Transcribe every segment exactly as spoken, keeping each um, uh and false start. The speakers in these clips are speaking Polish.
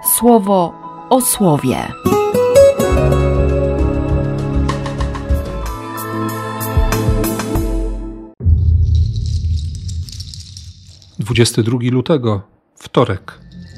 Słowo o słowie. dwudziestego drugiego lutego, wtorek.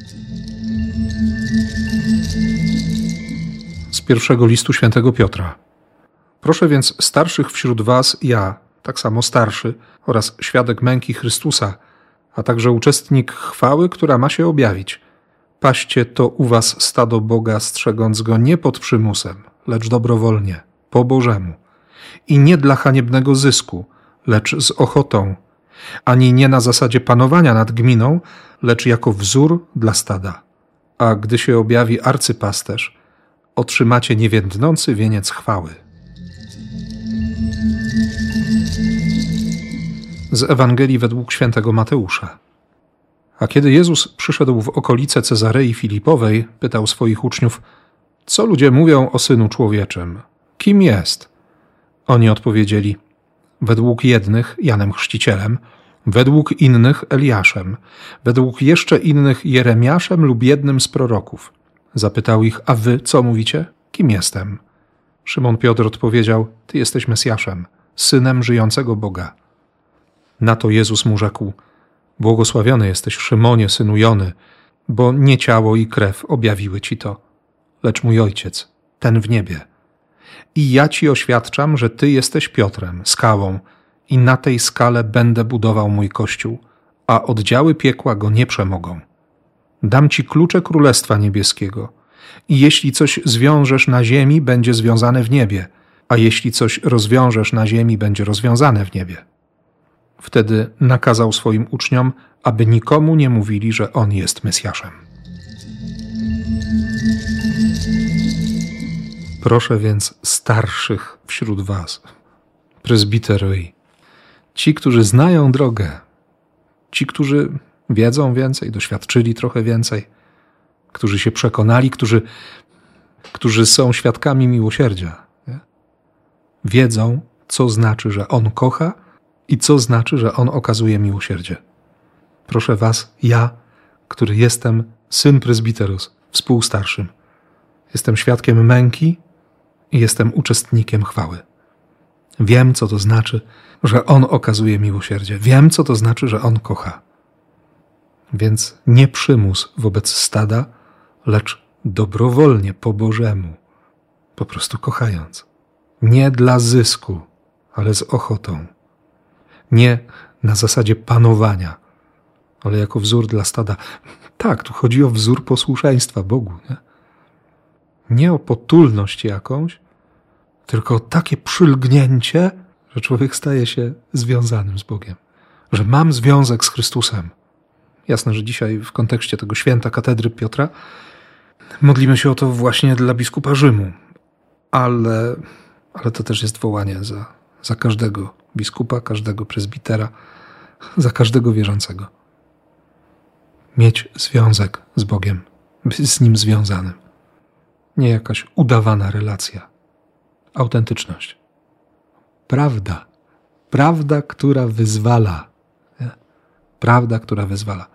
Z pierwszego listu świętego Piotra. Proszę więc starszych wśród was, ja, tak samo starszy, oraz świadek męki Chrystusa, a także uczestnik chwały, która ma się objawić. Paście to u was stado Boga, strzegąc go nie pod przymusem, lecz dobrowolnie, po Bożemu. I nie dla haniebnego zysku, lecz z ochotą, ani nie na zasadzie panowania nad gminą, lecz jako wzór dla stada. A gdy się objawi arcypasterz, otrzymacie niewiędnący wieniec chwały. Z Ewangelii według świętego Mateusza. A kiedy Jezus przyszedł w okolice Cezarei Filipowej, pytał swoich uczniów: co ludzie mówią o Synu Człowieczym? Kim jest? Oni odpowiedzieli: według jednych Janem Chrzcicielem, według innych Eliaszem, według jeszcze innych Jeremiaszem lub jednym z proroków. Zapytał ich: a wy co mówicie? Kim jestem? Szymon Piotr odpowiedział: ty jesteś Mesjaszem, Synem żyjącego Boga. Na to Jezus mu rzekł: błogosławiony jesteś, Szymonie, synu Jony, bo nie ciało i krew objawiły ci to, lecz mój Ojciec, ten w niebie. I ja ci oświadczam, że ty jesteś Piotrem, skałą, i na tej skale będę budował mój Kościół, a oddziały piekła go nie przemogą. Dam ci klucze Królestwa Niebieskiego i jeśli coś zwiążesz na ziemi, będzie związane w niebie, a jeśli coś rozwiążesz na ziemi, będzie rozwiązane w niebie. Wtedy nakazał swoim uczniom, aby nikomu nie mówili, że on jest Mesjaszem. Proszę więc starszych wśród was, prezbiteroi, ci, którzy znają drogę, ci, którzy wiedzą więcej, doświadczyli trochę więcej, którzy się przekonali, którzy, którzy są świadkami miłosierdzia, nie? Wiedzą, co znaczy, że On kocha i co znaczy, że On okazuje miłosierdzie. Proszę was, ja, który jestem syn prezbiterus, współstarszym, jestem świadkiem męki i jestem uczestnikiem chwały. Wiem, co to znaczy, że On okazuje miłosierdzie. Wiem, co to znaczy, że On kocha. Więc nie przymus wobec stada, lecz dobrowolnie, po Bożemu, po prostu kochając. Nie dla zysku, ale z ochotą. Nie na zasadzie panowania, ale jako wzór dla stada. Tak, tu chodzi o wzór posłuszeństwa Bogu. Nie, nie o potulność jakąś, tylko o takie przylgnięcie, że człowiek staje się związanym z Bogiem. Że mam związek z Chrystusem. Jasne, że dzisiaj w kontekście tego święta katedry Piotra modlimy się o to właśnie dla biskupa Rzymu. Ale, ale to też jest wołanie za, za każdego biskupa, każdego prezbitera, za każdego wierzącego. Mieć związek z Bogiem, być z Nim związanym. Nie jakaś udawana relacja. Autentyczność. Prawda. Prawda, która wyzwala. Nie? Prawda, która wyzwala.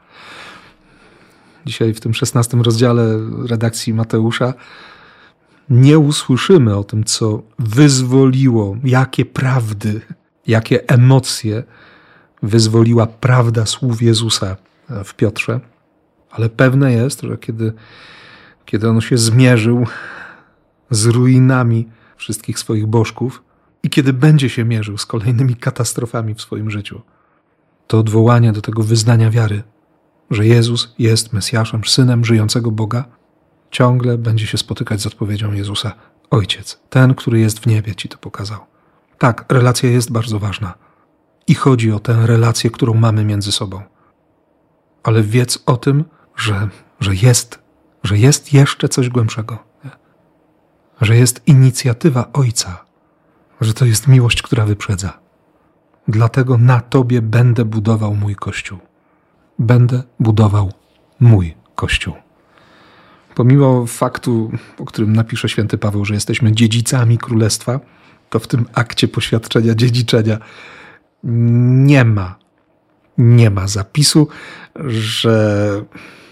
Dzisiaj w tym szesnastym rozdziale redakcji Mateusza nie usłyszymy o tym, co wyzwoliło, jakie prawdy, jakie emocje wyzwoliła prawda słów Jezusa w Piotrze. Ale pewne jest, że kiedy, kiedy on się zmierzył z ruinami wszystkich swoich bożków i kiedy będzie się mierzył z kolejnymi katastrofami w swoim życiu, to odwołanie do tego wyznania wiary, że Jezus jest Mesjaszem, Synem żyjącego Boga, ciągle będzie się spotykać z odpowiedzią Jezusa: Ojciec, ten, który jest w niebie, ci to pokazał. Tak, relacja jest bardzo ważna i chodzi o tę relację, którą mamy między sobą. Ale wiedz o tym, że, że jest, że jest jeszcze coś głębszego. Nie? Że jest inicjatywa Ojca, że to jest miłość, która wyprzedza. Dlatego na Tobie będę budował mój Kościół. Będę budował mój Kościół. Pomimo faktu, o którym napisze święty Paweł, że jesteśmy dziedzicami Królestwa, to w tym akcie poświadczenia dziedziczenia nie ma, nie ma zapisu, że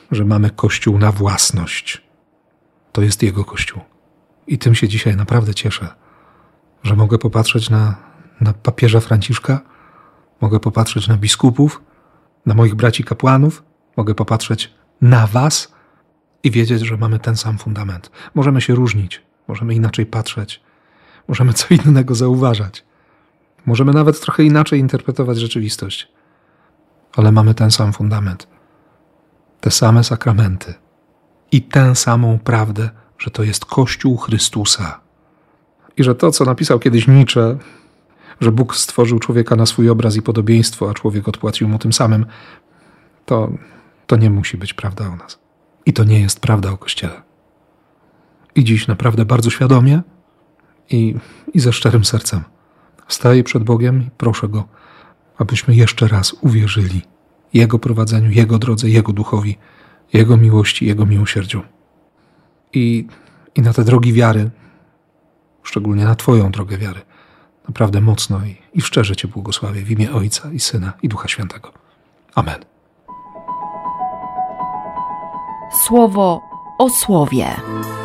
że mamy Kościół na własność. To jest Jego Kościół. I tym się dzisiaj naprawdę cieszę, że mogę popatrzeć na, na papieża Franciszka, mogę popatrzeć na biskupów, na moich braci kapłanów, mogę popatrzeć na was i wiedzieć, że mamy ten sam fundament. Możemy się różnić, możemy inaczej patrzeć, możemy co innego zauważać, możemy nawet trochę inaczej interpretować rzeczywistość, ale mamy ten sam fundament, te same sakramenty i tę samą prawdę, że to jest Kościół Chrystusa. I że to, co napisał kiedyś Nietzsche, że Bóg stworzył człowieka na swój obraz i podobieństwo, a człowiek odpłacił mu tym samym, to, to nie musi być prawda o nas. I to nie jest prawda o Kościele. I dziś naprawdę bardzo świadomie i, i ze szczerym sercem staję przed Bogiem i proszę Go, abyśmy jeszcze raz uwierzyli Jego prowadzeniu, Jego drodze, Jego duchowi, Jego miłości, Jego miłosierdziu. I, i na te drogi wiary, szczególnie na Twoją drogę wiary, naprawdę mocno i, i szczerze Cię błogosławię w imię Ojca i Syna i Ducha Świętego. Amen. Słowo o słowie.